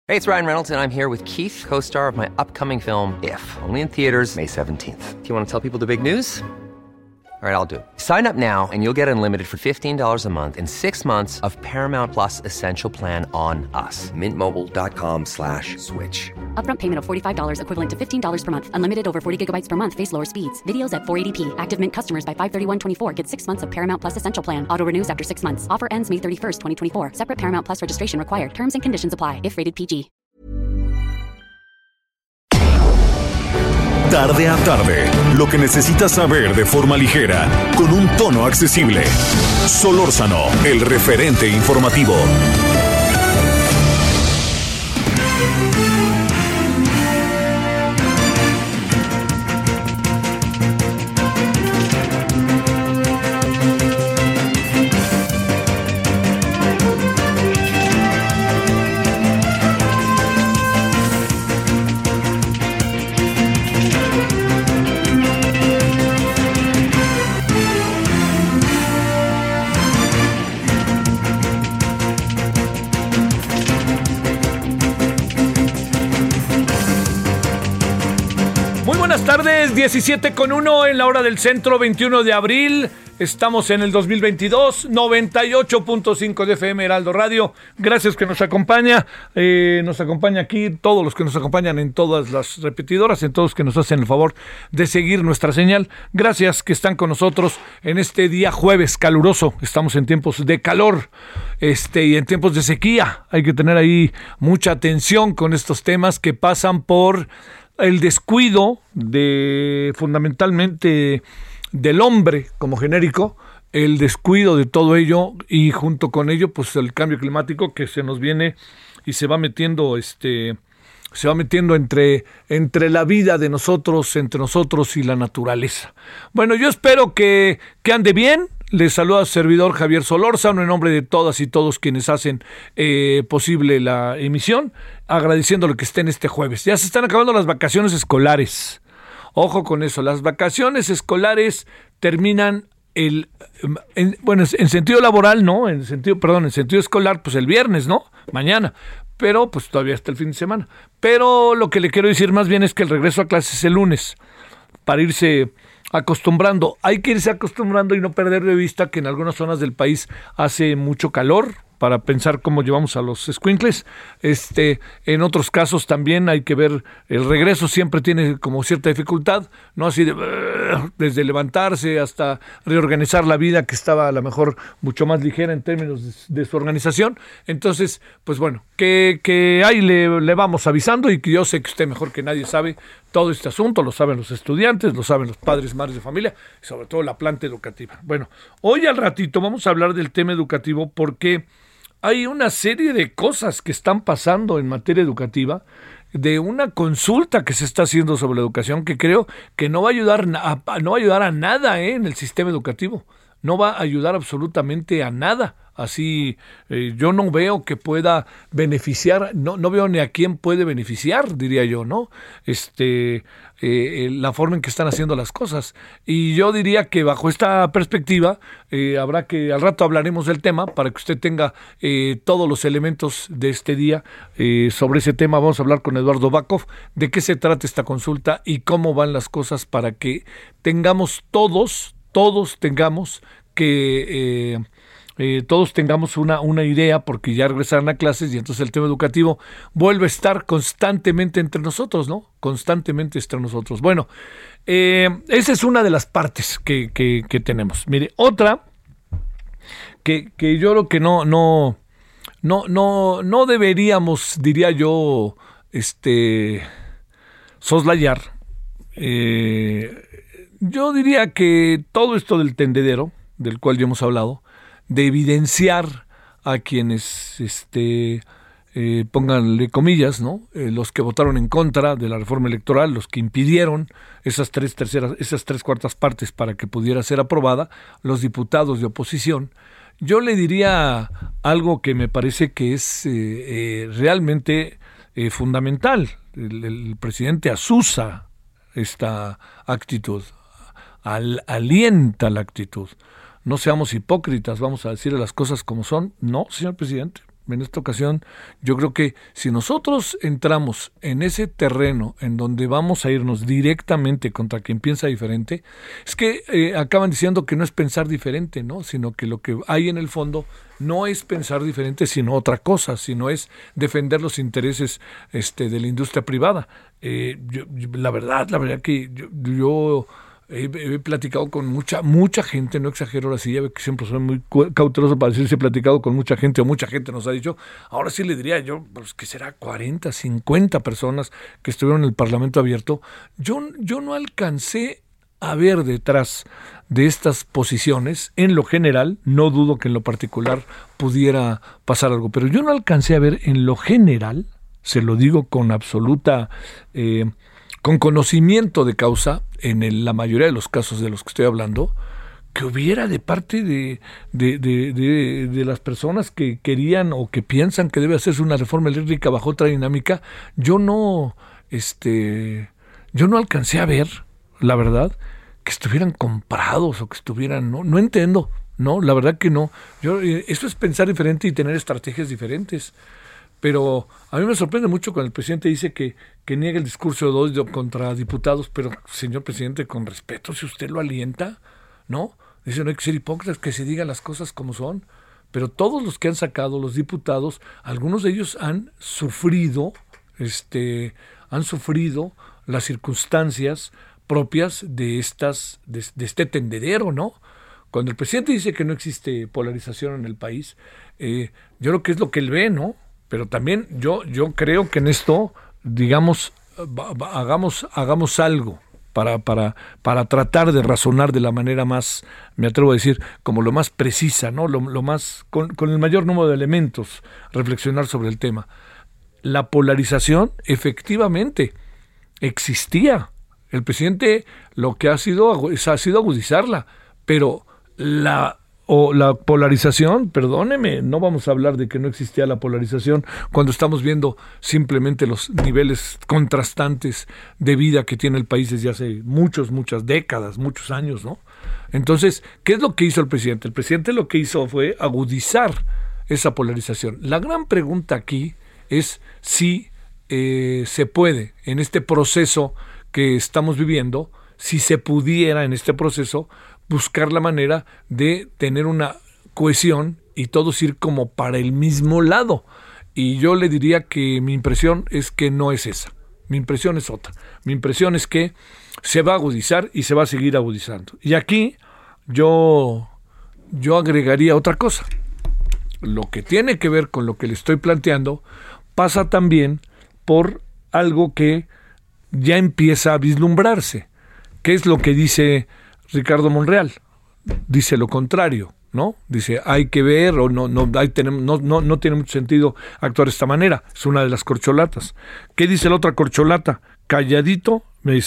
Hey, it's Ryan Reynolds, and I'm here with Keith, co-star of my upcoming film, If, only in theaters May 17th. Do you want to tell people the big news? All right, I'll do it. Sign up now and you'll get unlimited for $15 a month and 6 months of Paramount Plus Essential Plan on us. MintMobile.com/switch. Upfront payment of $45 equivalent to $15 per month. Unlimited over 40 gigabytes per month. Face lower speeds. Videos at 480p. Active Mint customers by 531.24 get 6 months of Paramount Plus Essential Plan. Auto renews after 6 months. Offer ends May 31st, 2024. Separate Paramount Plus registration required. Terms and conditions apply if rated PG. Tarde a tarde, lo que necesitas saber de forma ligera, con un tono accesible. Solórzano, el referente informativo. Buenas tardes, 17:01 en la hora del centro, 21 de abril. Estamos en el 2022, 98.5 de FM Heraldo Radio. Gracias que nos acompaña. Nos acompaña aquí todos los que nos acompañan en todas las repetidoras, en todos que nos hacen el favor de seguir nuestra señal. Gracias que están con nosotros en este día jueves caluroso. Estamos en tiempos de calor y en tiempos de sequía. Hay que tener ahí mucha atención con estos temas que pasan por el descuido fundamentalmente del hombre como genérico, el descuido de todo ello y junto con ello pues el cambio climático que se nos viene y se va metiendo entre la vida de nosotros, entre nosotros y la naturaleza. Bueno, yo espero que ande bien. Les saluda su servidor Javier Solórzano en nombre de todas y todos quienes hacen posible la emisión, agradeciéndole que estén este jueves. Ya se están acabando las vacaciones escolares. Ojo con eso, las vacaciones escolares terminan en sentido laboral, ¿no? En sentido escolar, pues el viernes, ¿no? Mañana. Pero pues todavía está el fin de semana. Pero lo que le quiero decir más bien es que el regreso a clases es el lunes, para irse acostumbrando. Hay que irse acostumbrando y no perder de vista que en algunas zonas del país hace mucho calor, para pensar cómo llevamos a los escuincles. En otros casos también hay que ver, el regreso siempre tiene como cierta dificultad, no así desde levantarse hasta reorganizar la vida, que estaba a lo mejor mucho más ligera en términos de su organización. Entonces, pues bueno, que ahí le vamos avisando, y que yo sé que usted mejor que nadie sabe todo este asunto, lo saben los estudiantes, lo saben los padres, madres de familia, y sobre todo la planta educativa. Bueno, hoy al ratito vamos a hablar del tema educativo porque hay una serie de cosas que están pasando en materia educativa, de una consulta que se está haciendo sobre la educación que creo que no va a ayudar a nada en el sistema educativo. No va a ayudar absolutamente a nada. Así yo no veo que pueda beneficiar, no veo ni a quién puede beneficiar, diría yo, ¿no? La forma en que están haciendo las cosas. Y yo diría que bajo esta perspectiva habrá que, al rato hablaremos del tema para que usted tenga todos los elementos de este día sobre ese tema. Vamos a hablar con Eduardo Bakov de qué se trata esta consulta y cómo van las cosas para que tengamos todos tengamos una idea, porque ya regresaron a clases y entonces el tema educativo vuelve a estar constantemente entre nosotros, ¿no? Constantemente entre nosotros. Bueno, esa es una de las partes que tenemos. Mire, otra que yo creo que no deberíamos, diría yo, soslayar. Yo diría que todo esto del tendedero, del cual ya hemos hablado, de evidenciar a quienes, pónganle comillas, ¿no? Los que votaron en contra de la reforma electoral, los que impidieron esas tres cuartas partes para que pudiera ser aprobada, los diputados de oposición. Yo le diría algo que me parece que es realmente fundamental. El presidente asusa esta actitud, alienta la actitud. No seamos hipócritas, vamos a decir las cosas como son. No, señor presidente, yo creo que si nosotros entramos en ese terreno en donde vamos a irnos directamente contra quien piensa diferente, es que acaban diciendo que no es pensar diferente, ¿no? Sino que lo que hay en el fondo no es pensar diferente, sino otra cosa, sino es defender los intereses de la industria privada. La verdad que yo he platicado con mucha gente, no exagero, ahora sí, ya ve que siempre soy muy cauteloso para decir si he platicado con mucha gente o mucha gente nos ha dicho, ahora sí le diría yo, pues que será 40, 50 personas que estuvieron en el Parlamento abierto. Yo no alcancé a ver detrás de estas posiciones, en lo general, no dudo que en lo particular pudiera pasar algo, pero yo no alcancé a ver en lo general, se lo digo con absoluta... con conocimiento de causa, en la mayoría de los casos de los que estoy hablando, que hubiera de parte de las personas que querían o que piensan que debe hacerse una reforma eléctrica bajo otra dinámica. Yo no alcancé a ver, la verdad, que estuvieran comprados o que estuvieran... No entiendo, no, la verdad que no. Eso es pensar diferente y tener estrategias diferentes. Pero a mí me sorprende mucho cuando el presidente dice que niega el discurso de odio contra diputados, pero, señor presidente, con respeto, si usted lo alienta, ¿no? Dice, no hay que ser hipócritas, que se digan las cosas como son. Pero todos los que han sacado, los diputados, algunos de ellos han sufrido las circunstancias propias de este tendedero, ¿no? Cuando el presidente dice que no existe polarización en el país, yo creo que es lo que él ve, ¿no? Pero también yo creo que en esto, digamos, hagamos algo para tratar de razonar de la manera más, me atrevo a decir, como lo más precisa, ¿no? Lo más, con el mayor número de elementos, reflexionar sobre el tema. La polarización efectivamente existía. El presidente lo que ha sido agudizarla, pero la polarización, perdóneme, no vamos a hablar de que no existía la polarización cuando estamos viendo simplemente los niveles contrastantes de vida que tiene el país desde hace muchas décadas, muchos años, ¿no? Entonces, ¿qué es lo que hizo el presidente? El presidente lo que hizo fue agudizar esa polarización. La gran pregunta aquí es si se puede, en este proceso que estamos viviendo, si se pudiera en este proceso buscar la manera de tener una cohesión y todos ir como para el mismo lado. Y yo le diría que mi impresión es que no es esa. Mi impresión es otra. Mi impresión es que se va a agudizar y se va a seguir agudizando. Y aquí yo agregaría otra cosa. Lo que tiene que ver con lo que le estoy planteando pasa también por algo que ya empieza a vislumbrarse. ¿Qué es lo que dice Ricardo Monreal? Dice lo contrario, ¿no? Dice, hay que ver, o no tiene mucho sentido actuar de esta manera. Es una de las corcholatas. ¿Qué dice la otra corcholata? Calladito,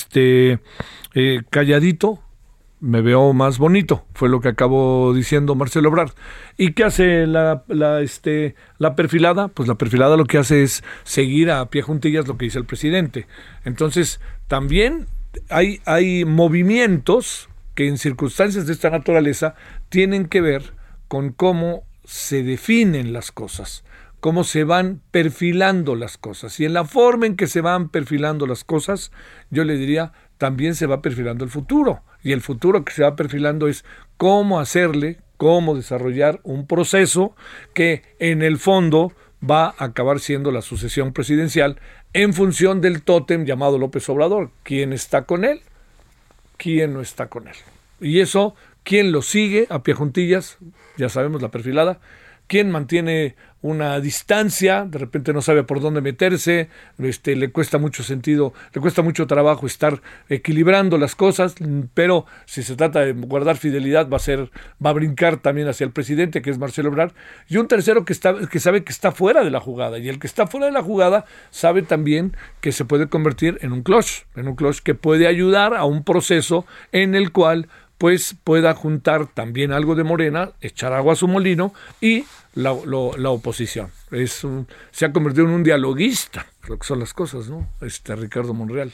me veo más bonito, fue lo que acabó diciendo Marcelo Ebrard. ¿Y qué hace la perfilada? Pues la perfilada lo que hace es seguir a pie juntillas lo que dice el presidente. Entonces, también hay movimientos que en circunstancias de esta naturaleza tienen que ver con cómo se definen las cosas, cómo se van perfilando las cosas. Y en la forma en que se van perfilando las cosas, yo le diría, también se va perfilando el futuro. Y el futuro que se va perfilando es cómo desarrollar un proceso que en el fondo va a acabar siendo la sucesión presidencial en función del tótem llamado López Obrador. ¿Quién está con él? ¿Quién no está con él? Y eso, ¿quién lo sigue a pie juntillas? Ya sabemos la perfilada. ¿Quién mantiene una distancia? De repente no sabe por dónde meterse, le cuesta mucho trabajo estar equilibrando las cosas, pero si se trata de guardar fidelidad va a brincar también hacia el presidente, que es Marcelo Ebrard, y un tercero que sabe que está fuera de la jugada, y el que está fuera de la jugada sabe también que se puede convertir en un clutch que puede ayudar a un proceso en el cual pues pueda juntar también algo de Morena, echar agua a su molino y la oposición. Se ha convertido en un dialoguista, lo que son las cosas, ¿no? Ricardo Monreal.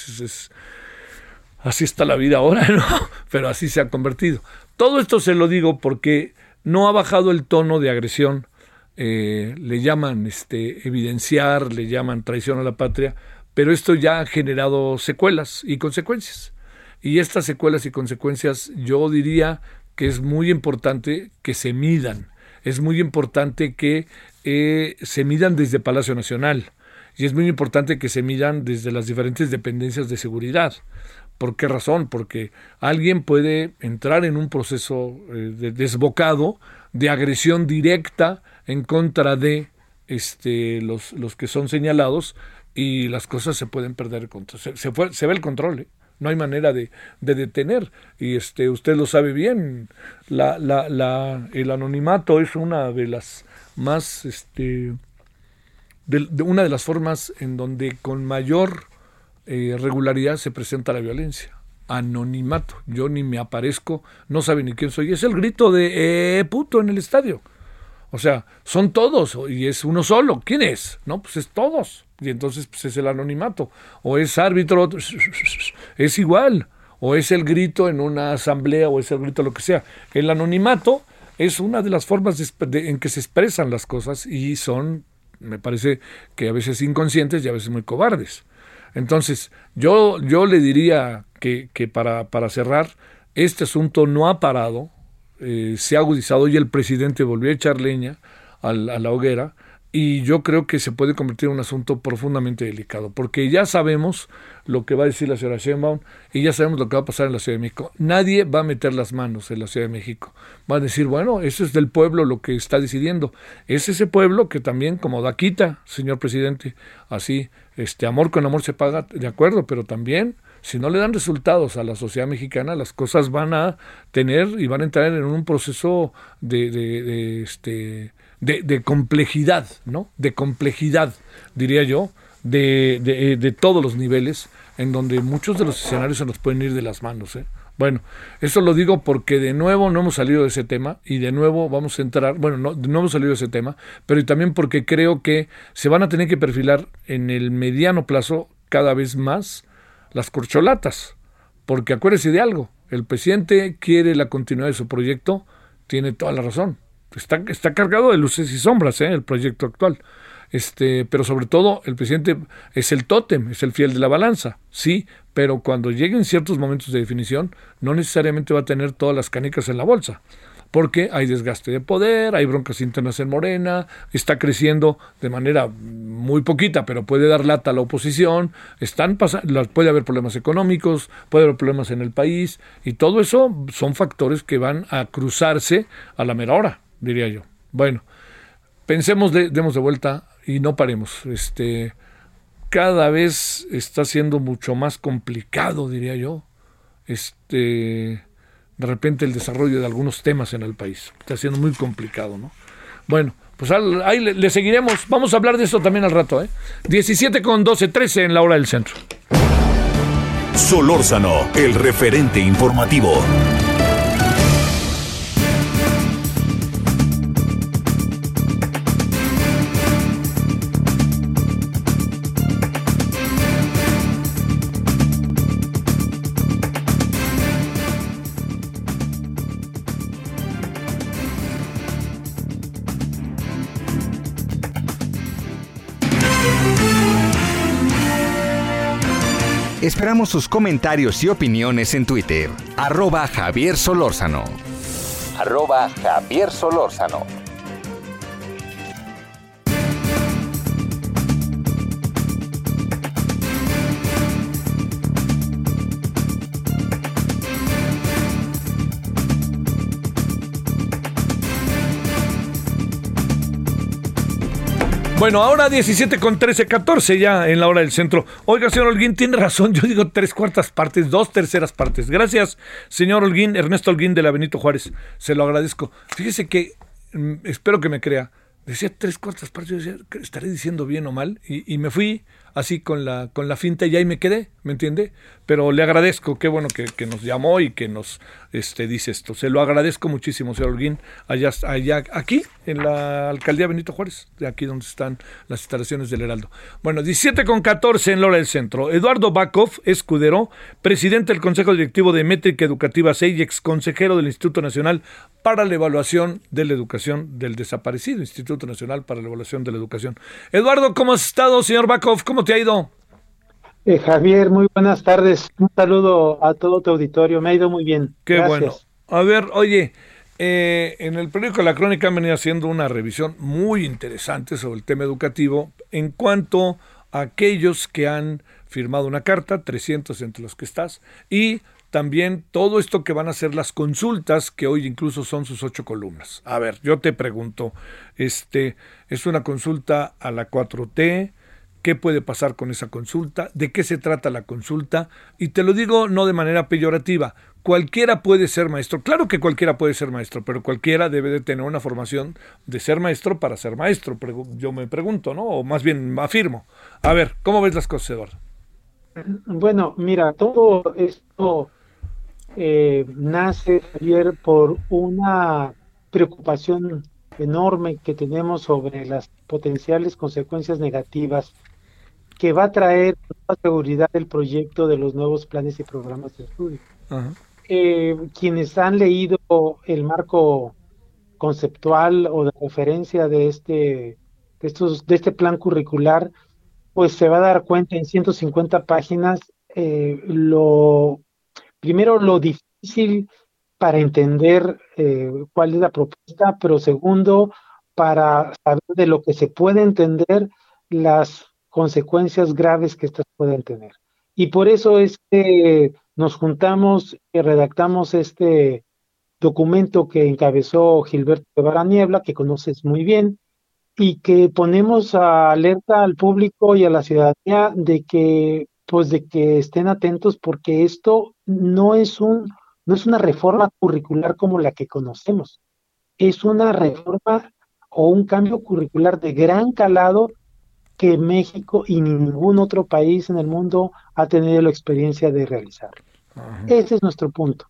Así está la vida ahora, ¿no? Pero así se ha convertido. Todo esto se lo digo porque no ha bajado el tono de agresión le llaman evidenciar, le llaman traición a la patria, pero esto ya ha generado secuelas y consecuencias. Y estas secuelas y consecuencias yo diría que es muy importante que se midan. Es muy importante que se midan desde Palacio Nacional. Y es muy importante que se midan desde las diferentes dependencias de seguridad. ¿Por qué razón? Porque alguien puede entrar en un proceso desbocado de agresión directa en contra de los que son señalados, y las cosas se pueden perder el control. Se ve el control, no hay manera de detener. Y usted lo sabe bien, el anonimato es una de las más una de las formas en donde con mayor regularidad se presenta la violencia. Anonimato. Yo ni me aparezco, no sabe ni quién soy. Es el grito de puto en el estadio. O sea, son todos y es uno solo. ¿Quién es? No, pues es todos. Y entonces pues es el anonimato. O es árbitro, es igual. O es el grito en una asamblea, o es el grito lo que sea. El anonimato es una de las formas en que se expresan las cosas, y son, me parece que a veces inconscientes y a veces muy cobardes. Entonces, yo le diría que para cerrar, este asunto no ha parado, se ha agudizado, y el presidente volvió a echar leña a la hoguera, y yo creo que se puede convertir en un asunto profundamente delicado, porque ya sabemos lo que va a decir la señora Sheinbaum, y ya sabemos lo que va a pasar en la Ciudad de México. Nadie va a meter las manos en la Ciudad de México. Va a decir, bueno, eso es del pueblo lo que está decidiendo. Es ese pueblo que también, como Daquita, señor presidente, así, amor con amor se paga, de acuerdo, pero también, si no le dan resultados a la sociedad mexicana, las cosas van a tener y van a entrar en un proceso de complejidad, ¿no? De complejidad, diría yo, de todos los niveles, en donde muchos de los escenarios se nos pueden ir de las manos, ¿eh? Bueno, eso lo digo porque de nuevo no hemos salido de ese tema, y de nuevo vamos a entrar, bueno, no hemos salido de ese tema, pero también porque creo que se van a tener que perfilar en el mediano plazo cada vez más las corcholatas, porque acuérdese de algo, el presidente quiere la continuidad de su proyecto, tiene toda la razón, está cargado de luces y sombras, el proyecto actual, pero sobre todo el presidente es el tótem, es el fiel de la balanza, sí, pero cuando lleguen ciertos momentos de definición, no necesariamente va a tener todas las canicas en la bolsa, porque hay desgaste de poder, hay broncas internas en Morena, está creciendo de manera muy poquita, pero puede dar lata a la oposición, puede haber problemas económicos, puede haber problemas en el país, y todo eso son factores que van a cruzarse a la mera hora, diría yo. Bueno, pensemos, demos de vuelta y no paremos. Cada vez está siendo mucho más complicado, diría yo, de repente el desarrollo de algunos temas en el país. Está siendo muy complicado, ¿no? Bueno, pues ahí le seguiremos. Vamos a hablar de eso también al rato, ¿eh? 17:12, en la hora del centro. Solórzano, el referente informativo. Esperamos sus comentarios y opiniones en Twitter, @Javier Solórzano. @Javier Solórzano. Bueno, ahora 17:13, 14 ya en la hora del centro. Oiga, señor Holguín, tiene razón, yo digo 3/4 partes, 2/3 partes. Gracias, señor Holguín, Ernesto Holguín de la Benito Juárez, se lo agradezco. Fíjese que, espero que me crea, decía 3/4 partes, yo decía, estaré diciendo bien o mal, y me fui así con la finta y ahí me quedé, ¿me entiende? Pero le agradezco, qué bueno que nos llamó y que nos dice esto. Se lo agradezco muchísimo, señor Holguín, allá, aquí, en la alcaldía Benito Juárez, de aquí donde están las instalaciones del Heraldo. Bueno, 17:14 en la hora del centro. Eduardo Bakov Escudero, presidente del Consejo Directivo de Métrica Educativa 6 y exconsejero del Instituto Nacional para la Evaluación de la Educación del desaparecido Instituto Nacional para la Evaluación de la Educación. Eduardo, ¿cómo has estado, señor Bakov? ¿Cómo te ha ido? Javier, muy buenas tardes. Un saludo a todo tu auditorio. Me ha ido muy bien. Qué Gracias. bueno. A ver, oye, en el periódico La Crónica han venido haciendo una revisión muy interesante sobre el tema educativo en cuanto a aquellos que han firmado una carta, 300 entre los que estás, y también todo esto que van a ser las consultas, que hoy incluso son sus 8 columnas. A ver, yo te pregunto, es una consulta a la 4T, ¿qué puede pasar con esa consulta? ¿De qué se trata la consulta? Y te lo digo no de manera peyorativa, cualquiera puede ser maestro. Claro que cualquiera puede ser maestro, pero cualquiera debe de tener una formación de ser maestro para ser maestro. Yo me pregunto, ¿no? O más bien afirmo. A ver, ¿cómo ves las cosas, Eduardo? Bueno, mira, todo esto nace, Javier, por una preocupación enorme que tenemos sobre las potenciales consecuencias negativas que va a traer con toda seguridad el proyecto de los nuevos planes y programas de estudio. Ajá. Quienes han leído el marco conceptual o de referencia de este plan curricular, pues se va a dar cuenta en 150 páginas primero lo difícil para entender cuál es la propuesta, pero segundo, para saber de lo que se puede entender las consecuencias graves que estas pueden tener. Y por eso es que nos juntamos y redactamos este documento que encabezó Gilberto Guevara Niebla, que conoces muy bien, y que ponemos a alerta al público y a la ciudadanía de que estén atentos, porque esto no es una reforma curricular como la que conocemos, es una reforma o un cambio curricular de gran calado que México y ningún otro país en el mundo ha tenido la experiencia de realizar. Ajá. Ese es nuestro punto.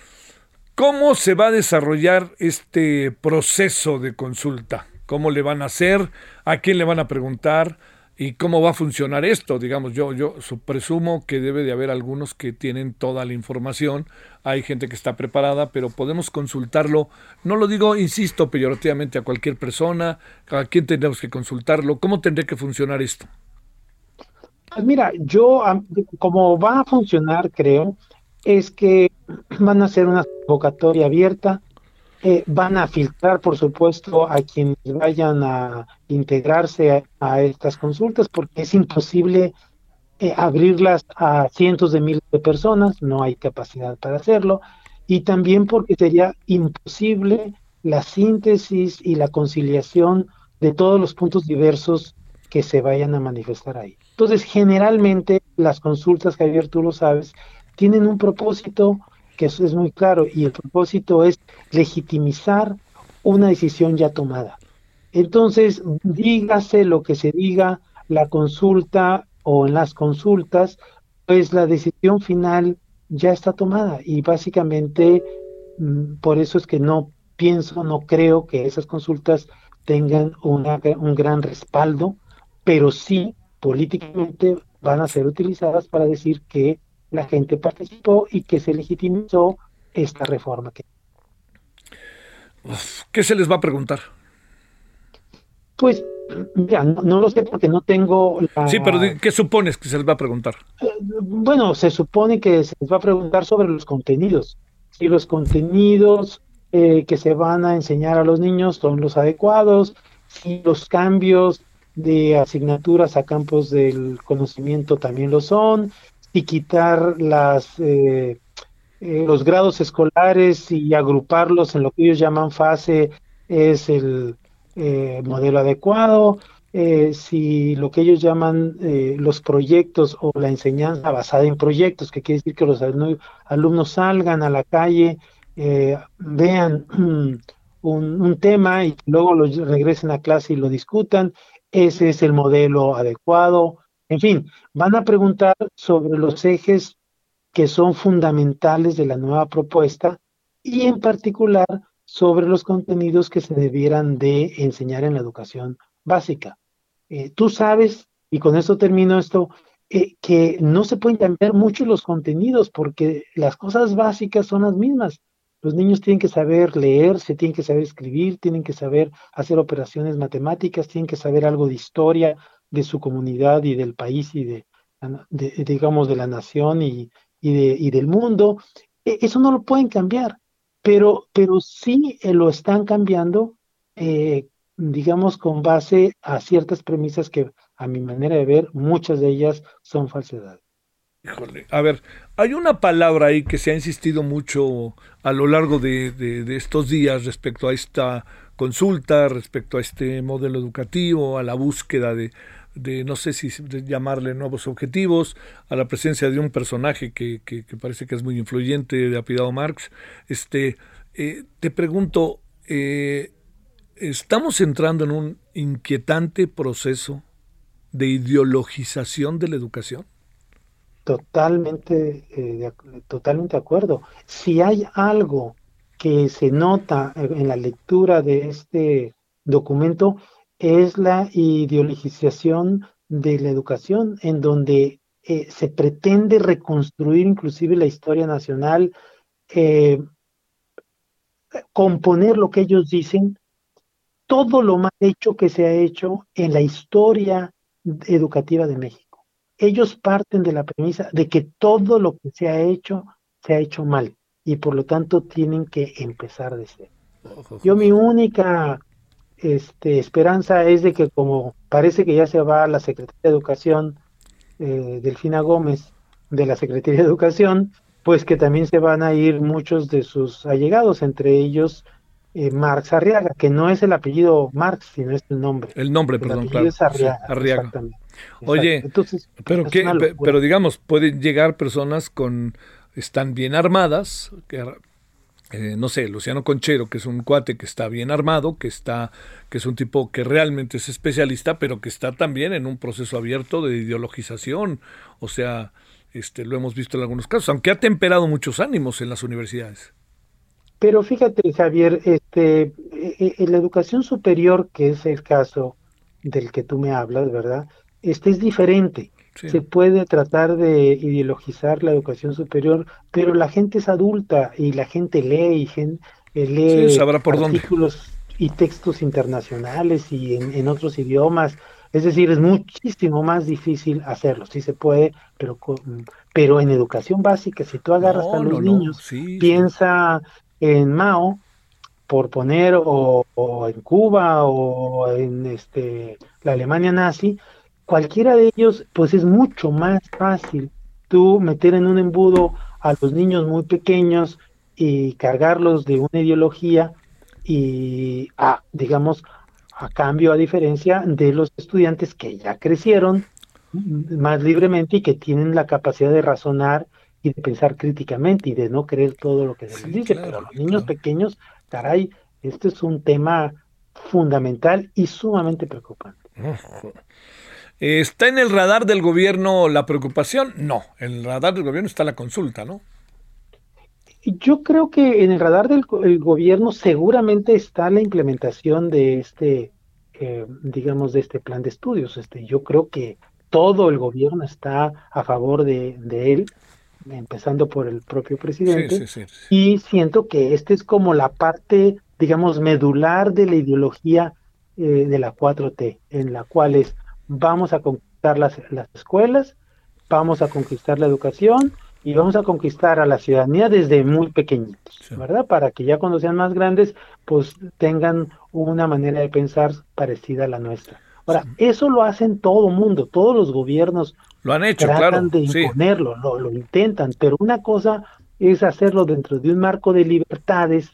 ¿Cómo se va a desarrollar este proceso de consulta? ¿Cómo le van a hacer? ¿A quién le van a preguntar? ¿Y cómo va a funcionar esto? Digamos, yo presumo que debe de haber algunos que tienen toda la información, hay gente que está preparada, pero podemos consultarlo, no lo digo, insisto, peyorativamente a cualquier persona, ¿a quién tendremos que consultarlo? ¿Cómo tendría que funcionar esto? Pues mira, como va a funcionar, creo, es que van a hacer una convocatoria abierta, van a filtrar, por supuesto, a quienes vayan a integrarse a estas consultas, porque es imposible abrirlas a cientos de miles de personas, no hay capacidad para hacerlo, y también porque sería imposible la síntesis y la conciliación de todos los puntos diversos que se vayan a manifestar ahí. Entonces, generalmente las consultas, Javier, tú lo sabes, tienen un propósito que eso es muy claro, y el propósito es legitimizar una decisión ya tomada. Entonces, dígase lo que se diga, la consulta o en las consultas, pues la decisión final ya está tomada, y básicamente por eso es que no creo que esas consultas tengan un gran respaldo, pero sí políticamente van a ser utilizadas para decir que la gente participó y que se legitimizó esta reforma. ¿Qué se les va a preguntar? Pues, mira, no lo sé porque no tengo la... Sí, pero ¿qué supones que se les va a preguntar? Bueno, se supone que se les va a preguntar sobre los contenidos. Si los contenidos que se van a enseñar a los niños son los adecuados, si los cambios de asignaturas a campos del conocimiento también lo son, y quitar los grados escolares y agruparlos en lo que ellos llaman fase es el modelo adecuado, si lo que ellos llaman los proyectos o la enseñanza basada en proyectos, que quiere decir que los alumnos salgan a la calle, vean un tema y luego regresen a clase y lo discutan, ese es el modelo adecuado. En fin, van a preguntar sobre los ejes que son fundamentales de la nueva propuesta y en particular sobre los contenidos que se debieran de enseñar en la educación básica. Tú sabes, y con esto termino esto, que no se pueden cambiar mucho los contenidos porque las cosas básicas son las mismas. Los niños tienen que saber leer, se tienen que saber escribir, tienen que saber hacer operaciones matemáticas, tienen que saber algo de historia de su comunidad y del país y digamos, de la nación y del mundo. Eso no lo pueden cambiar, pero sí lo están cambiando, digamos, con base a ciertas premisas que, a mi manera de ver, muchas de ellas son falsedades. Híjole, a ver, hay una palabra ahí que se ha insistido mucho a lo largo de estos días respecto a esta consulta, respecto a este modelo educativo, a la búsqueda de no sé si de llamarle nuevos objetivos, a la presencia de un personaje que parece que es muy influyente, de apellidado Marx. Te pregunto, ¿estamos entrando en un inquietante proceso de ideologización de la educación? Totalmente, totalmente de acuerdo. Si hay algo que se nota en la lectura de este documento, es la ideologización de la educación, en donde se pretende reconstruir inclusive la historia nacional, eh, componer lo que ellos dicen, todo lo mal hecho que se ha hecho en la historia educativa de México. Ellos parten de la premisa de que todo lo que se ha hecho mal, y por lo tanto tienen que empezar de cero. Yo mi única esperanza es de que, como parece que ya se va la Secretaría de Educación, Delfina Gómez, de la Secretaría de Educación, pues que también se van a ir muchos de sus allegados, entre ellos Marx Arriaga, que no es el apellido Marx, sino es el nombre. El nombre, El perdón, apellido claro. es Arriaga, Sí, Arriaga. exactamente. Oye, entonces, pero pero digamos, pueden llegar personas están bien armadas, no sé, Luciano Conchero, que es un cuate que está bien armado, que es un tipo que realmente es especialista, pero que está también en un proceso abierto de ideologización. O sea, lo hemos visto en algunos casos, aunque ha temperado muchos ánimos en las universidades. Pero fíjate, Javier, en la educación superior, que es el caso del que tú me hablas, ¿verdad? Es diferente. Sí. Se puede tratar de ideologizar la educación superior, pero la gente es adulta y la gente lee Sí, lee sabrá por dónde. artículos y textos internacionales y en otros idiomas. Es decir, es muchísimo más difícil hacerlo. Sí se puede, pero en educación básica, si tú agarras a los niños, sí, piensa en Mao, por poner, o en Cuba, o en la Alemania nazi, cualquiera de ellos, pues es mucho más fácil tú meter en un embudo a los niños muy pequeños y cargarlos de una ideología y, digamos, a cambio, a diferencia de los estudiantes que ya crecieron más libremente y que tienen la capacidad de razonar y de pensar críticamente y de no creer todo lo que se les dice. Claro, Pero los niños pequeños, caray, este es un tema fundamental y sumamente preocupante. ¿Está en el radar del gobierno la preocupación? No, en el radar del gobierno está la consulta, ¿no? Yo creo que en el radar del el gobierno seguramente está la implementación de digamos, de este plan de estudios. Yo creo que todo el gobierno está a favor de él, empezando por el propio presidente, Sí. y siento que es como la parte, digamos, medular de la ideología de la 4T, en la cual vamos a conquistar las escuelas, vamos a conquistar la educación y vamos a conquistar a la ciudadanía desde muy pequeñitos, ¿verdad? Para que ya cuando sean más grandes, pues tengan una manera de pensar parecida a la nuestra. Ahora, eso lo hacen todo mundo, todos los gobiernos lo han hecho, tratan claro, de imponerlo, lo intentan, pero una cosa es hacerlo dentro de un marco de libertades,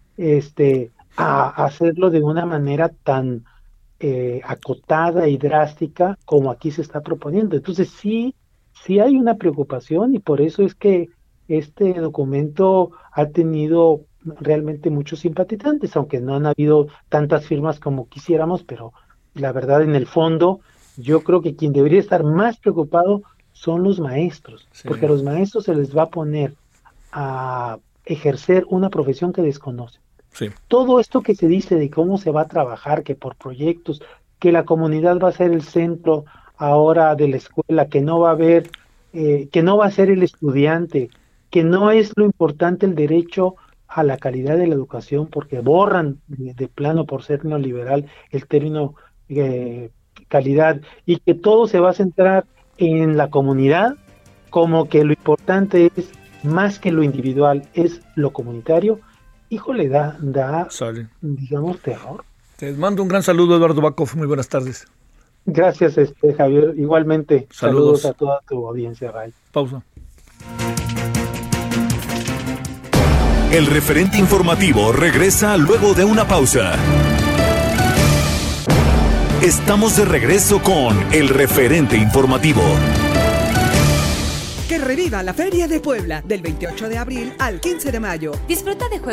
a hacerlo de una manera tan acotada y drástica como aquí se está proponiendo. Entonces sí hay una preocupación y por eso es que este documento ha tenido realmente muchos simpatizantes, aunque no han habido tantas firmas como quisiéramos, pero la verdad en el fondo yo creo que quien debería estar más preocupado son los maestros, Sí. porque a los maestros se les va a poner a ejercer una profesión que desconocen. Sí. Todo esto que se dice de cómo se va a trabajar, que por proyectos, que la comunidad va a ser el centro ahora de la escuela, que no va a haber, que no va a ser el estudiante, que no es lo importante el derecho a la calidad de la educación, porque borran de plano por ser neoliberal el término calidad, y que todo se va a centrar en la comunidad, como que lo importante es más que lo individual, es lo comunitario. Híjole, da, Sale. digamos, terror. Te mando un gran saludo, Eduardo Bakov. Muy buenas tardes. Gracias, Javier. Igualmente, Saludos. saludos a toda tu audiencia, Ray. Pausa. El referente informativo regresa luego de una pausa. Estamos de regreso con el referente informativo. Que reviva la Feria de Puebla del 28 de abril al 15 de mayo. Disfruta de juegos.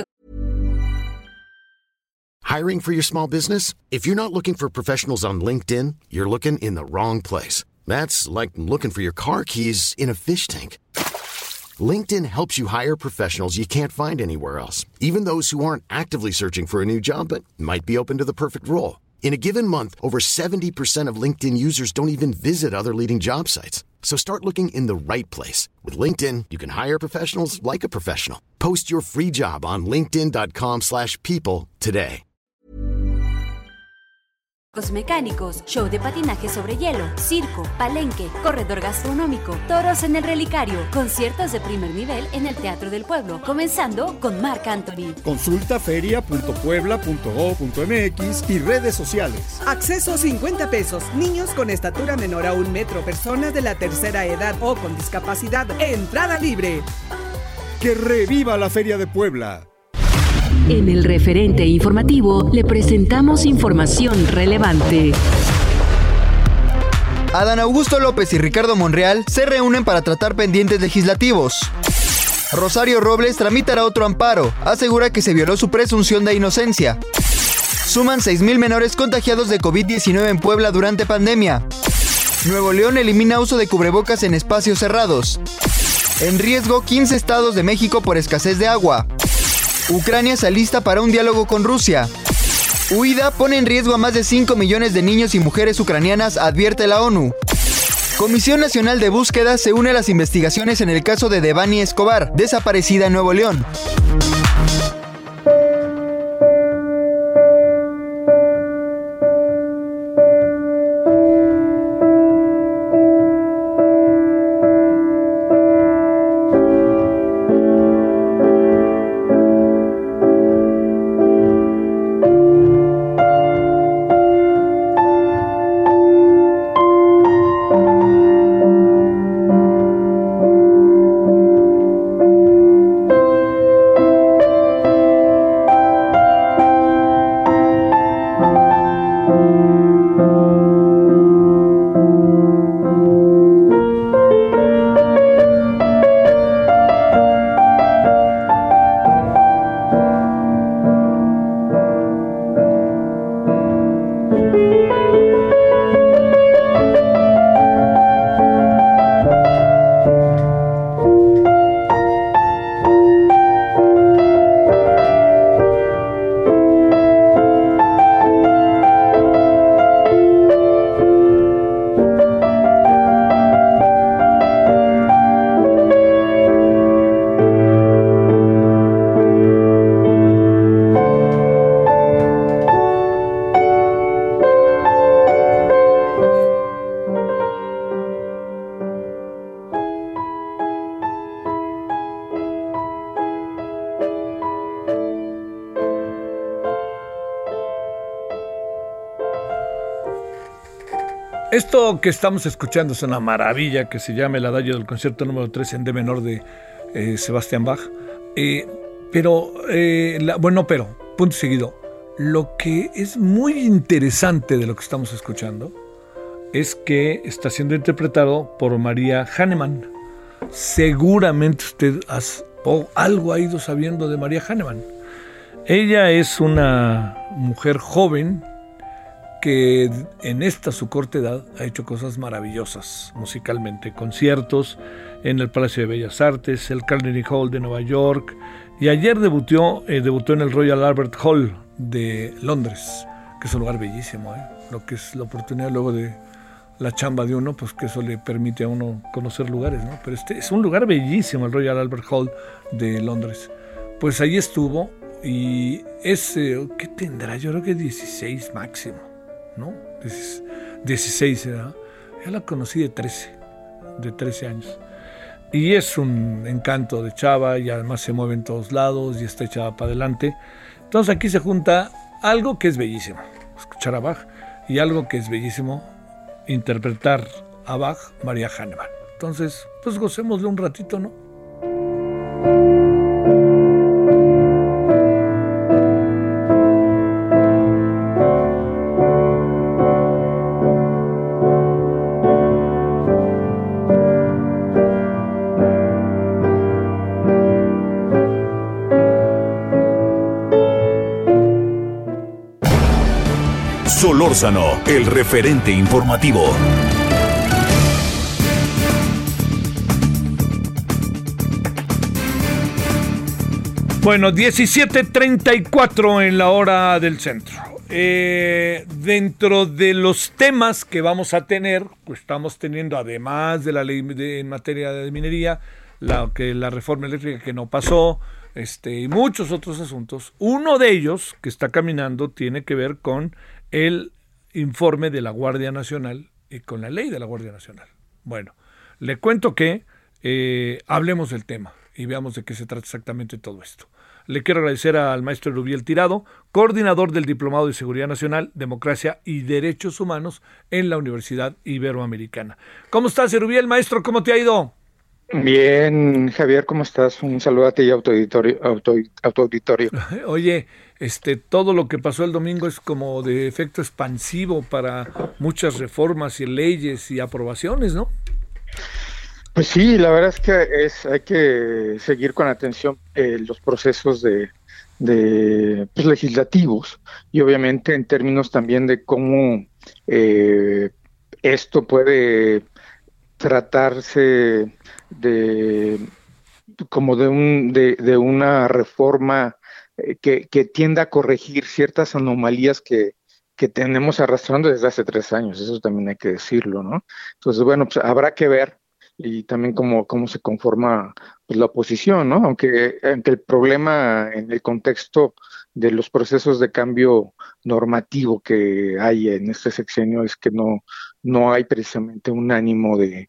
Hiring for your small business? If you're not looking for professionals on LinkedIn, you're looking in the wrong place. That's like looking for your car keys in a fish tank. LinkedIn helps you hire professionals you can't find anywhere else, even those who aren't actively searching for a new job but might be open to the perfect role. In a given month, over 70% of LinkedIn users don't even visit other leading job sites. So start looking in the right place. With LinkedIn, you can hire professionals like a professional. Post your free job on linkedin.com/people today. Mecánicos, show de patinaje sobre hielo, circo, palenque, corredor gastronómico, toros en el relicario, conciertos de primer nivel en el Teatro del Pueblo, comenzando con Marc Anthony. Consulta feria.puebla.go.mx y redes sociales. Acceso 50 pesos. Niños con estatura menor a 1 metro, personas de la tercera edad o con discapacidad. Entrada libre. ¡Que reviva la Feria de Puebla! En el referente informativo le presentamos información relevante. Adán Augusto López y Ricardo Monreal se reúnen para tratar pendientes legislativos. Rosario Robles tramitará otro amparo, asegura que se violó su presunción de inocencia. Suman 6,000 menores contagiados de COVID-19 en Puebla durante pandemia. Nuevo León elimina uso de cubrebocas en espacios cerrados. En riesgo 15 estados de México por escasez de agua. Ucrania se alista para un diálogo con Rusia. Huida pone en riesgo a más de 5 millones de niños y mujeres ucranianas, advierte la ONU. Comisión Nacional de Búsqueda se une a las investigaciones en el caso de Devani Escobar, desaparecida en Nuevo León. Esto que estamos escuchando es una maravilla que se llama el adagio del concierto número 3 en D menor de Sebastián Bach. Pero, punto seguido. Lo que es muy interesante de lo que estamos escuchando es que está siendo interpretado por María Hahnemann. Seguramente usted algo ha ido sabiendo de María Hahnemann. Ella es una mujer joven que en esta su corta edad ha hecho cosas maravillosas musicalmente, conciertos en el Palacio de Bellas Artes, el Carnegie Hall de Nueva York, y ayer debutó en el Royal Albert Hall de Londres, que es un lugar bellísimo, lo que es la oportunidad luego de la chamba de uno, pues que eso le permite a uno conocer lugares, ¿no? Pero este es un lugar bellísimo, el Royal Albert Hall de Londres. Pues ahí estuvo, y ¿qué tendrá? Yo creo que 16 máximo, ¿no? 16 era. Yo la conocí de 13 años. Y es un encanto de chava, y además se mueve en todos lados, y está echada para adelante. Entonces aquí se junta algo que es bellísimo, escuchar a Bach, y algo que es bellísimo, interpretar a Bach, María Hahnemann. Entonces, pues gocémosle un ratito, ¿no? Solórzano, el referente informativo. Bueno, 17:34 en la hora del centro. Dentro de los temas que vamos a tener, pues estamos teniendo, además de la ley en materia de minería, la reforma eléctrica que no pasó, y muchos otros asuntos. Uno de ellos que está caminando tiene que ver con el informe de la Guardia Nacional y con la ley de la Guardia Nacional. Bueno, le cuento que hablemos del tema y veamos de qué se trata exactamente todo esto. Le quiero agradecer al maestro Erubiel Tirado, coordinador del Diplomado de Seguridad Nacional, Democracia y Derechos Humanos en la Universidad Iberoamericana. ¿Cómo estás, Erubiel, maestro? ¿Cómo te ha ido? Bien, Javier, ¿cómo estás? Un saludo a ti y a tu auditorio. Oye, todo lo que pasó el domingo es como de efecto expansivo para muchas reformas y leyes y aprobaciones, ¿no? Pues sí, la verdad es que hay que seguir con atención los procesos pues, legislativos, y obviamente en términos también de cómo esto puede tratarse de una reforma que tienda a corregir ciertas anomalías que tenemos arrastrando desde hace 3 años. Eso también hay que decirlo, ¿no? Entonces, bueno, pues habrá que ver, y también cómo se conforma, pues, la oposición, ¿no? Aunque el problema en el contexto de los procesos de cambio normativo que hay en este sexenio es que no hay precisamente un ánimo de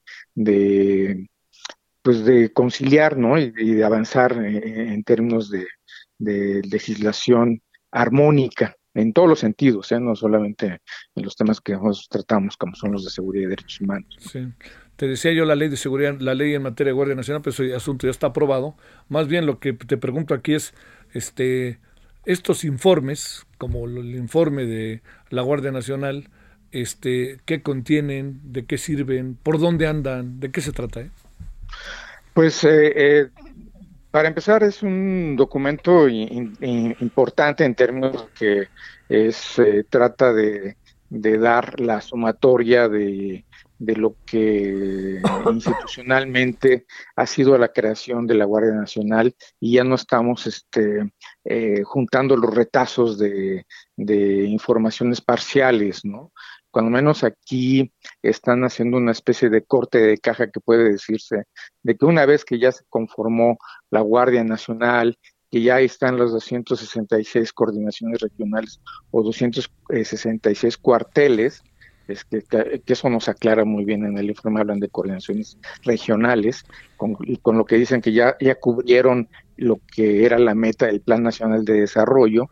conciliar, ¿no? Y de avanzar en términos de legislación armónica en todos los sentidos, no solamente en los temas que nosotros tratamos, como son los de seguridad y derechos humanos. Sí. Te decía yo la ley de seguridad, la ley en materia de Guardia Nacional, pero ese asunto ya está aprobado. Más bien lo que te pregunto aquí es, estos informes, como el informe de la Guardia Nacional, ¿qué contienen? ¿De qué sirven? ¿Por dónde andan? ¿De qué se trata? Pues para empezar, es un documento importante en términos que trata de dar la sumatoria de lo que institucionalmente ha sido la creación de la Guardia Nacional, y ya no estamos juntando los retazos de informaciones parciales, ¿no? Cuando menos aquí están haciendo una especie de corte de caja que puede decirse de que una vez que ya se conformó la Guardia Nacional, que ya están las 266 coordinaciones regionales o 266 cuarteles, que eso nos aclara muy bien en el informe, hablan de coordinaciones regionales, con lo que dicen que ya cubrieron lo que era la meta del Plan Nacional de Desarrollo.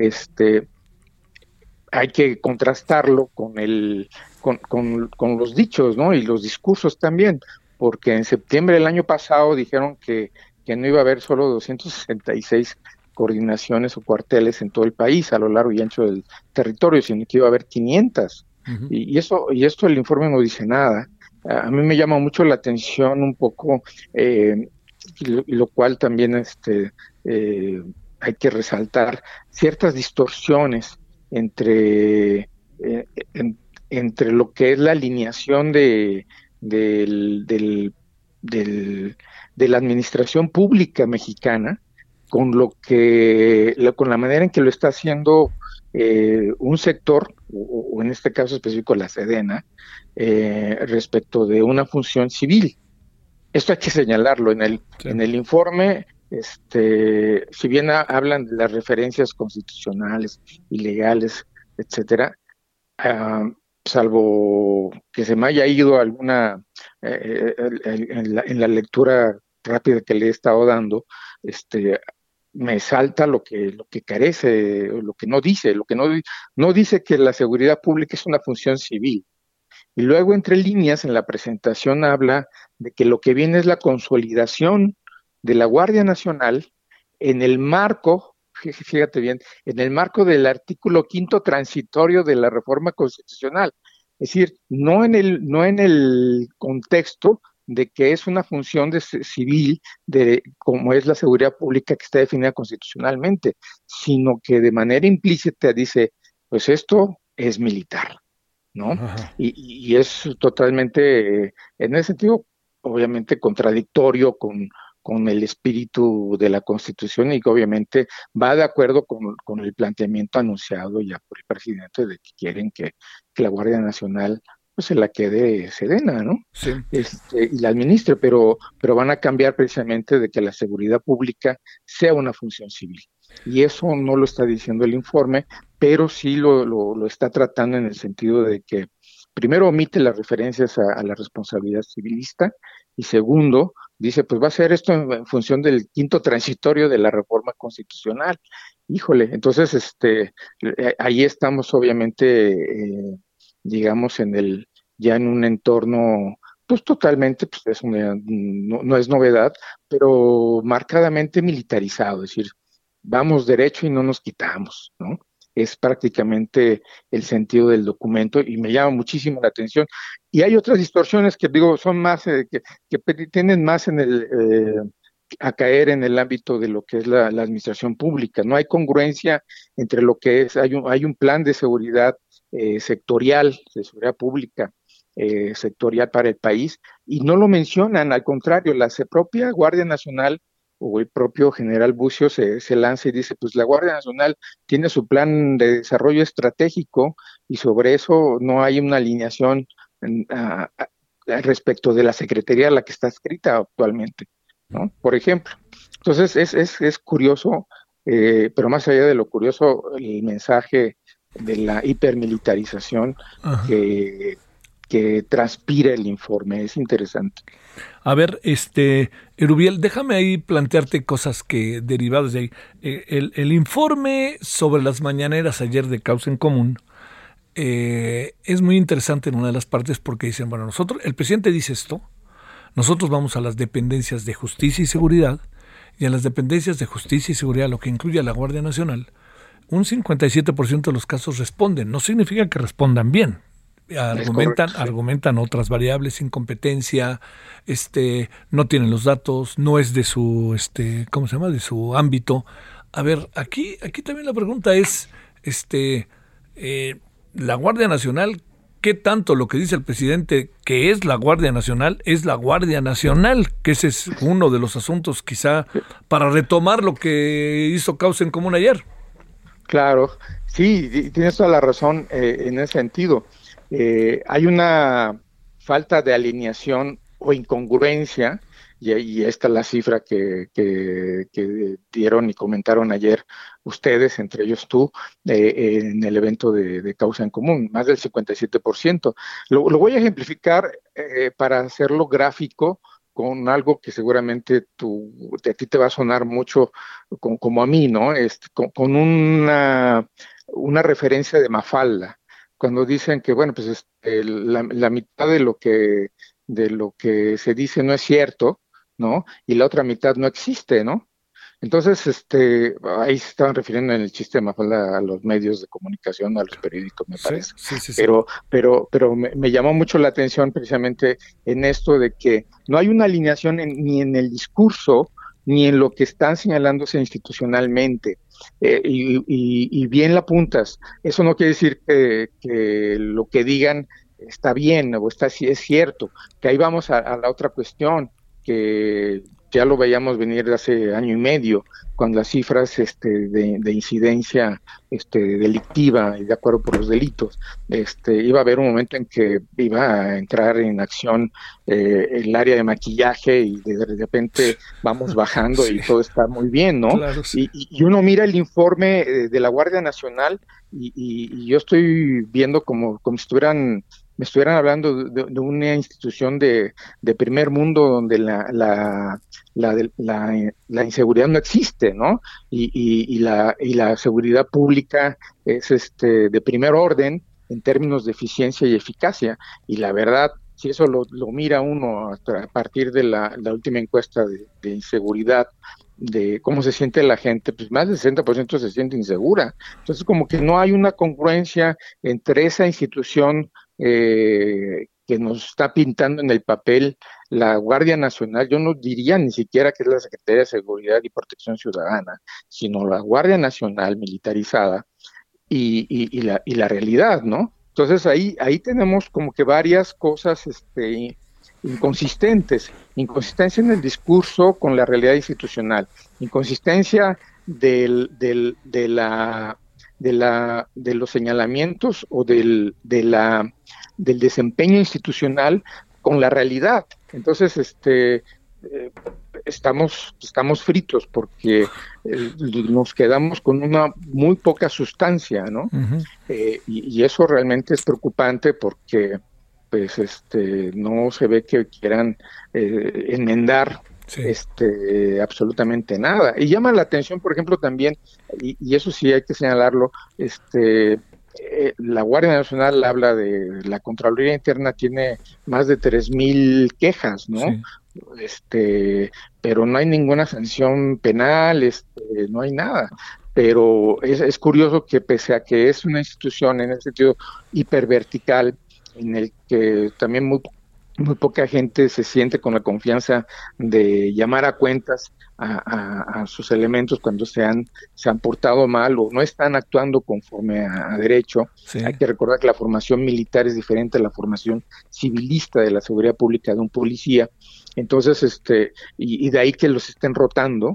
Hay que contrastarlo con los dichos, ¿no? Y los discursos también, porque en septiembre del año pasado dijeron que no iba a haber solo 266 coordinaciones o cuarteles en todo el país, a lo largo y ancho del territorio, sino que iba a haber 500. Uh-huh. Y esto el informe no dice nada. A mí me llama mucho la atención un poco, lo cual también hay que resaltar ciertas distorsiones entre entre lo que es la alineación del, del, de la administración pública mexicana con con la manera en que lo está haciendo un sector, o en este caso específico la Sedena, respecto de una función civil. Esto hay que señalarlo en el informe. Si bien hablan de las referencias constitucionales y legales, etcétera, salvo que se me haya ido alguna en la lectura rápida que le he estado dando, me salta lo que carece, lo que no dice que la seguridad pública es una función civil. Y luego, entre líneas, en la presentación habla de que lo que viene es la consolidación de la Guardia Nacional en el marco, fíjate bien, en el marco del artículo 5º transitorio de la reforma constitucional. Es decir, no en el contexto de que es una función civil, como es la seguridad pública que está definida constitucionalmente, sino que de manera implícita dice, pues esto es militar, ¿no? Y es totalmente, en ese sentido, obviamente contradictorio con el espíritu de la Constitución, y que obviamente va de acuerdo con el planteamiento anunciado ya por el presidente de que quieren que la Guardia Nacional pues se la quede Sedena, ¿no? Sí. Y la administre, pero van a cambiar precisamente de que la seguridad pública sea una función civil. Y eso no lo está diciendo el informe, pero sí lo está tratando en el sentido de que, primero, omite las referencias a la responsabilidad civilista, y segundo, dice, pues va a ser esto en función del 5º transitorio de la reforma constitucional. Híjole, entonces ahí estamos obviamente, digamos, ya en un entorno, pues totalmente, pues no es novedad, pero marcadamente militarizado, es decir, vamos derecho y no nos quitamos, ¿no? Es prácticamente el sentido del documento, y me llama muchísimo la atención. Y hay otras distorsiones que digo son más, que tienden más a caer en el ámbito de lo que es la administración pública. No hay congruencia entre lo que es, hay un plan de seguridad sectorial, de seguridad pública sectorial para el país, y no lo mencionan. Al contrario, la propia Guardia Nacional o el propio general Bucio se lanza y dice, pues la Guardia Nacional tiene su plan de desarrollo estratégico, y sobre eso no hay una alineación respecto de la secretaría a la que está escrita actualmente, ¿no? Por ejemplo. Entonces es curioso, pero más allá de lo curioso, el mensaje de la hipermilitarización que transpira el informe es interesante. A ver, Erubiel, déjame ahí plantearte cosas que derivadas de ahí. El informe sobre las mañaneras ayer de Causa en Común es muy interesante en una de las partes, porque dicen, bueno, el presidente dice esto, nosotros vamos a las dependencias de justicia y seguridad, y a las dependencias de justicia y seguridad, lo que incluye a la Guardia Nacional, un 57% de los casos responden. No significa que respondan bien. Argumentan otras variables, incompetencia, no tienen los datos, no es de su, de su ámbito. A ver, aquí también la pregunta es, la Guardia Nacional, ¿qué tanto lo que dice el presidente que es la Guardia Nacional, es la Guardia Nacional? Que ese es uno de los asuntos, quizá, para retomar lo que hizo Causa en Común ayer. Claro, sí, tienes toda la razón en ese sentido. Hay una falta de alineación o incongruencia, y esta es la cifra que dieron y comentaron ayer ustedes, entre ellos tú, en el evento de Causa en Común, más del 57%. Lo voy a ejemplificar para hacerlo gráfico con algo que seguramente a ti te va a sonar mucho como a mí, ¿no? Con una referencia de Mafalda, cuando dicen que, bueno, pues la mitad de lo que se dice no es cierto, ¿no? Y la otra mitad no existe, ¿no? Entonces, ahí se estaban refiriendo en el chiste de Mafalda a los medios de comunicación, a los periódicos, me parece. Sí. Pero me llamó mucho la atención precisamente en esto de que no hay una alineación ni en el discurso, ni en lo que están señalándose institucionalmente. y bien la apuntas. Eso no quiere decir que lo que digan está bien o es cierto, que ahí vamos a la otra cuestión, que ya lo veíamos venir de hace año y medio, cuando las cifras de incidencia delictiva y de acuerdo por los delitos, iba a haber un momento en que iba a entrar en acción el área de maquillaje y de repente vamos bajando y todo está muy bien, ¿no? Claro, sí. Y uno mira el informe de la Guardia Nacional y yo estoy viendo como si me estuvieran hablando de una institución de primer mundo donde la inseguridad no existe, ¿no? Y la seguridad pública es de primer orden en términos de eficiencia y eficacia. Y la verdad, si eso lo mira uno a partir de la última encuesta de inseguridad, de cómo se siente la gente, pues más del 60% se siente insegura. Entonces, como que no hay una congruencia entre esa institución que nos está pintando en el papel la Guardia Nacional. Yo no diría ni siquiera que es la Secretaría de Seguridad y Protección Ciudadana, sino la Guardia Nacional militarizada y la realidad, ¿no? Entonces ahí tenemos como que varias cosas inconsistencia en el discurso con la realidad institucional, inconsistencia de los señalamientos o del desempeño institucional con la realidad. Entonces, estamos fritos porque nos quedamos con una muy poca sustancia, ¿no? Uh-huh. Y eso realmente es preocupante porque pues no se ve que quieran enmendar absolutamente nada. Y llama la atención, por ejemplo, también, y eso sí hay que señalarlo, la Guardia Nacional habla de la Contraloría Interna tiene más de 3,000 quejas, ¿no? Sí. Pero no hay ninguna sanción penal, no hay nada. Pero es curioso que pese a que es una institución en el sentido hipervertical, en el que también muy poca gente se siente con la confianza de llamar a cuentas a sus elementos cuando se han portado mal o no están actuando conforme a derecho. Sí. Hay que recordar que la formación militar es diferente a la formación civilista de la seguridad pública de un policía. Entonces, y de ahí que los estén rotando,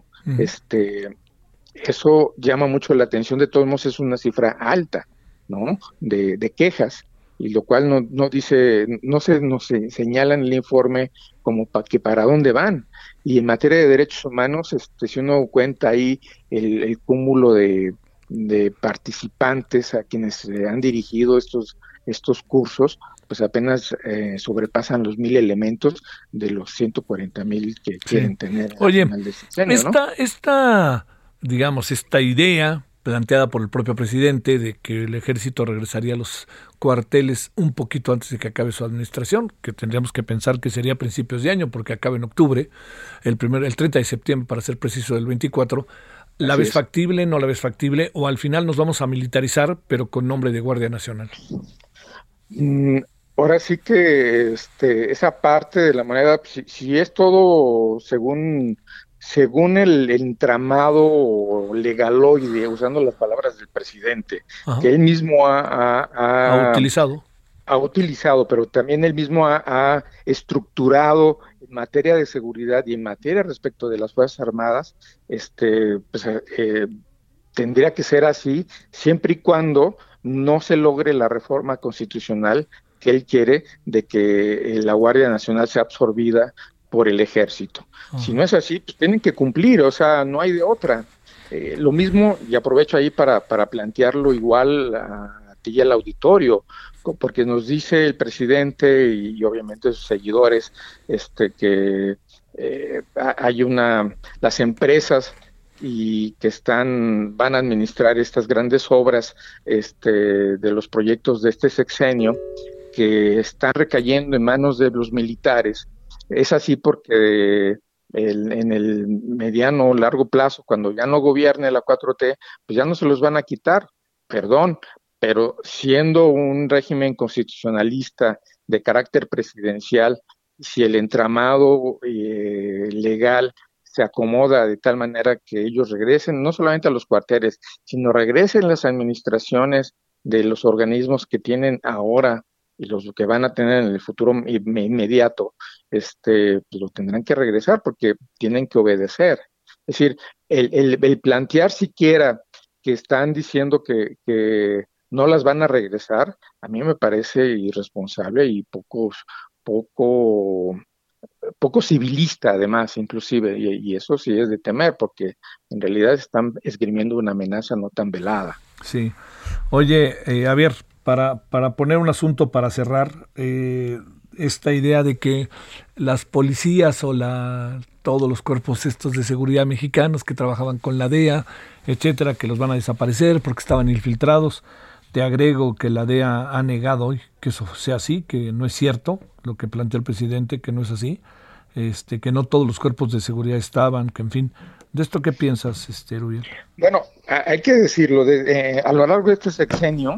eso llama mucho la atención. De todos modos es una cifra alta, ¿no? De quejas. Y lo cual no se señala en el informe como para dónde van. Y en materia de derechos humanos, si uno cuenta ahí el cúmulo de participantes a quienes han dirigido estos cursos, pues apenas sobrepasan los 1,000 elementos de los 140,000 que quieren tener. Oye, al final del sexenio, ¿no? esta idea planteada por el propio presidente de que el ejército regresaría a los cuarteles un poquito antes de que acabe su administración, que tendríamos que pensar que sería a principios de año, porque acaba en octubre, el 30 de septiembre, para ser preciso, del 24, ¿la ves factible, no la ves factible, o al final nos vamos a militarizar, pero con nombre de Guardia Nacional? Ahora sí que esa parte de la moneda, si es todo según el entramado legaloide, usando las palabras del presidente, ajá, que él mismo ha utilizado, pero también él mismo ha estructurado en materia de seguridad y en materia respecto de las Fuerzas Armadas, tendría que ser así, siempre y cuando no se logre la reforma constitucional que él quiere de que la Guardia Nacional sea absorbida por el ejército. Si no es así, pues tienen que cumplir, o sea, no hay de otra. Lo mismo, y aprovecho ahí para plantearlo igual a ti y al auditorio, porque nos dice el presidente y obviamente sus seguidores que hay las empresas y que van a administrar estas grandes obras de los proyectos de este sexenio que están recayendo en manos de los militares. Es así porque en el mediano o largo plazo, cuando ya no gobierne la 4T, pues ya no se los van a quitar, perdón, pero siendo un régimen constitucionalista de carácter presidencial, si el entramado legal se acomoda de tal manera que ellos regresen no solamente a los cuarteles, sino regresen las administraciones de los organismos que tienen ahora y los que van a tener en el futuro inmediato, pues lo tendrán que regresar porque tienen que obedecer. Es decir, el plantear siquiera que están diciendo que no las van a regresar, a mí me parece irresponsable y poco civilista además, inclusive, y eso sí es de temer, porque en realidad están esgrimiendo una amenaza no tan velada. Sí. Oye, Javier, para poner un asunto para cerrar, esta idea de que las policías o todos los cuerpos estos de seguridad mexicanos que trabajaban con la DEA, etcétera, que los van a desaparecer porque estaban infiltrados. Te agrego que la DEA ha negado hoy que eso sea así, que no es cierto lo que plantea el presidente, que no es así, que no todos los cuerpos de seguridad estaban, que en fin. ¿De esto qué piensas, Rubiel? Bueno, hay que decirlo, a lo largo de este sexenio,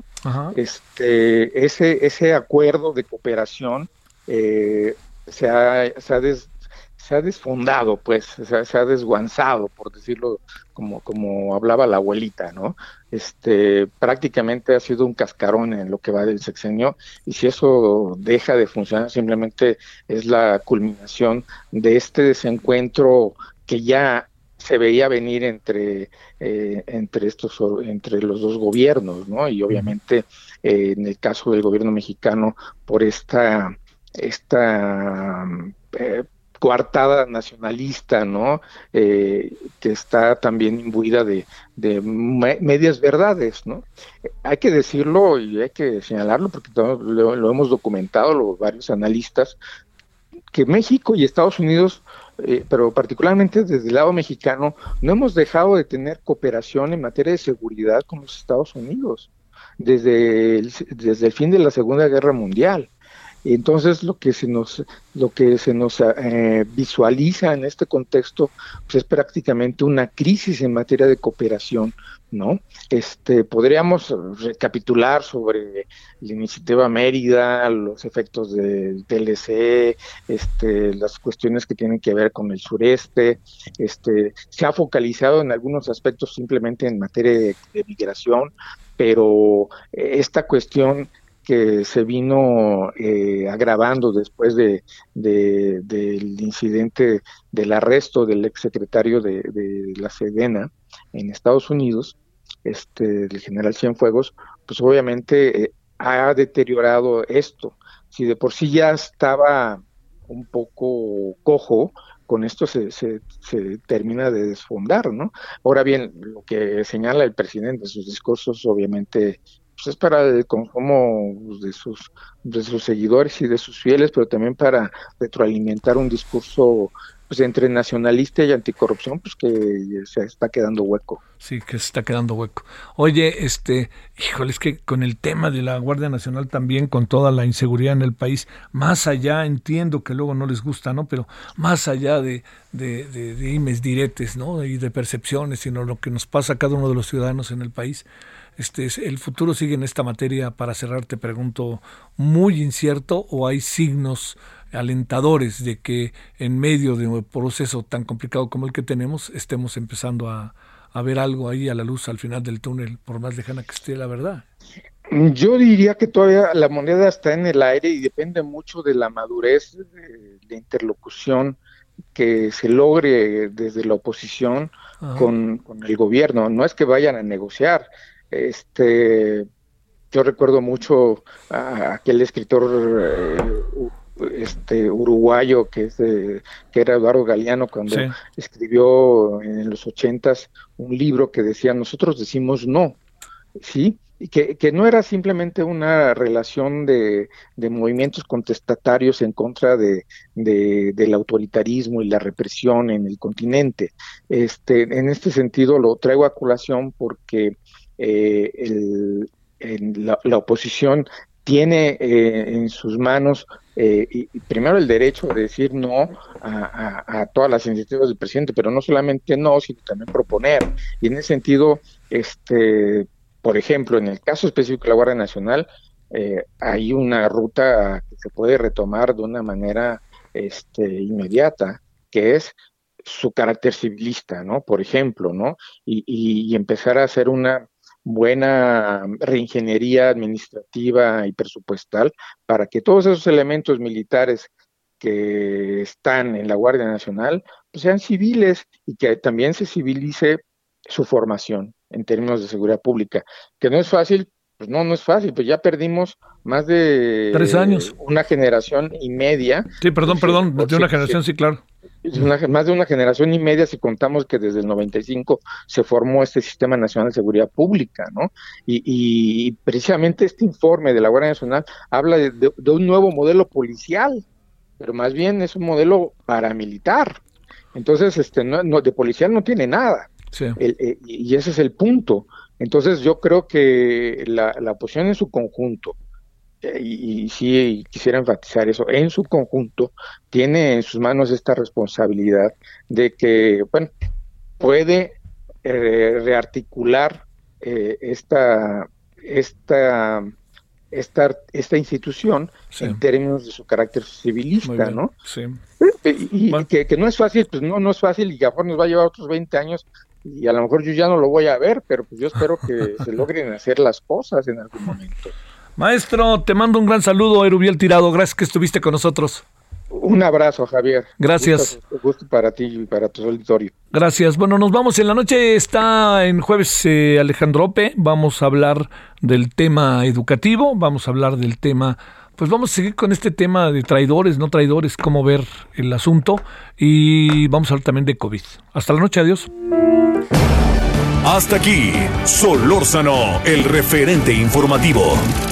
ese acuerdo de cooperación se ha desfondado, pues, se ha desguanzado, por decirlo como hablaba la abuelita, ¿no? Prácticamente ha sido un cascarón en lo que va del sexenio, y si eso deja de funcionar, simplemente es la culminación de este desencuentro que ya se veía venir entre los dos gobiernos, ¿no? Y obviamente en el caso del gobierno mexicano por esta coartada nacionalista, ¿no? Que está también imbuida de medias verdades, ¿no? Hay que decirlo y hay que señalarlo porque lo hemos documentado los varios analistas, que México y Estados Unidos, pero particularmente desde el lado mexicano, no hemos dejado de tener cooperación en materia de seguridad con los Estados Unidos desde el fin de la Segunda Guerra Mundial. Entonces lo que se nos visualiza en este contexto, pues, es prácticamente una crisis en materia de cooperación, ¿no? Podríamos recapitular sobre la iniciativa Mérida, los efectos del TLC, las cuestiones que tienen que ver con el sureste. Se ha focalizado en algunos aspectos simplemente en materia de migración, pero esta cuestión que se vino agravando después del incidente del arresto del exsecretario de la Sedena en Estados Unidos, del general Cienfuegos, pues obviamente ha deteriorado esto. Si de por sí ya estaba un poco cojo, con esto se termina de desfondar, ¿no? Ahora bien, lo que señala el presidente en sus discursos, obviamente, pues es para el consumo de sus seguidores y de sus fieles, pero también para retroalimentar un discurso, pues, entre nacionalista y anticorrupción, pues que se está quedando hueco. Sí, que se está quedando hueco. Oye, híjole, es que con el tema de la Guardia Nacional también, con toda la inseguridad en el país, más allá, entiendo que luego no les gusta, ¿no? Pero más allá de dimes, diretes, ¿no? Y de percepciones, sino lo que nos pasa a cada uno de los ciudadanos en el país. ¿El futuro sigue en esta materia? Para cerrar, te pregunto, ¿muy incierto o hay signos alentadores de que en medio de un proceso tan complicado como el que tenemos estemos empezando a ver algo ahí a la luz al final del túnel, por más lejana que esté la verdad? Yo diría que todavía la moneda está en el aire y depende mucho de la madurez de interlocución que se logre desde la oposición con el gobierno. No es que vayan a negociar. Yo recuerdo mucho a aquel escritor uruguayo que era Eduardo Galeano, cuando escribió en los 80s un libro que decía: nosotros decimos no, ¿sí? Y que no era simplemente una relación de movimientos contestatarios en contra del autoritarismo y la represión en el continente. En este sentido lo traigo a colación porque la oposición tiene en sus manos primero el derecho de decir no a todas las iniciativas del presidente, pero no solamente no, sino también proponer. Y en ese sentido, por ejemplo, en el caso específico de la Guardia Nacional, hay una ruta que se puede retomar de una manera inmediata, que es su carácter civilista, ¿no? Por ejemplo, ¿no? Y empezar a hacer una buena reingeniería administrativa y presupuestal para que todos esos elementos militares que están en la Guardia Nacional pues sean civiles y que también se civilice su formación en términos de seguridad pública, que no es fácil. Pues no es fácil, pues ya perdimos más de 3 años. Una generación y media. Sí, perdón, de una generación, sí, claro. Más de una generación y media si contamos que desde el 95 se formó este Sistema Nacional de Seguridad Pública, ¿no? Y precisamente este informe de la Guardia Nacional habla de un nuevo modelo policial, pero más bien es un modelo paramilitar. Entonces, de policial no tiene nada. Sí. Y ese es el punto. Entonces yo creo que la oposición en su conjunto, y sí quisiera enfatizar eso, en su conjunto tiene en sus manos esta responsabilidad de que, bueno, puede rearticular esta institución en términos de su carácter civilista, ¿no? Sí. Y bueno, que no es fácil, pues no es fácil y que a lo mejor nos va a llevar otros 20 años y a lo mejor yo ya no lo voy a ver, pero pues yo espero que se logren hacer las cosas en algún momento. Maestro, te mando un gran saludo, Erubiel Tirado, gracias que estuviste con nosotros. Un abrazo, Javier. Gracias. Gusto para ti y para tu auditorio. Gracias. Bueno, nos vamos. En la noche está en jueves Alejandro Ope. Vamos a hablar del tema educativo, vamos a hablar del tema... Pues vamos a seguir con este tema de traidores, no traidores, cómo ver el asunto, y vamos a hablar también de COVID. Hasta la noche, adiós. Hasta aquí, Solórzano, el referente informativo.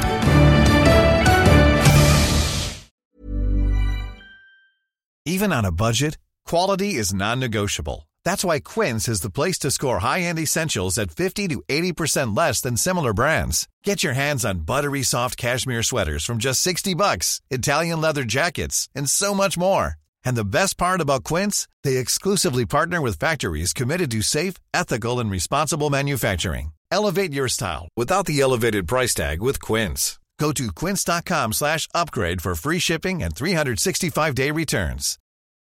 Even on a budget, quality is non-negotiable. That's why Quince is the place to score high-end essentials at 50 to 80% less than similar brands. Get your hands on buttery soft cashmere sweaters from just $60, Italian leather jackets, and so much more. And the best part about Quince, they exclusively partner with factories committed to safe, ethical, and responsible manufacturing. Elevate your style without the elevated price tag with Quince. Go to quince.com/upgrade for free shipping and 365-day returns.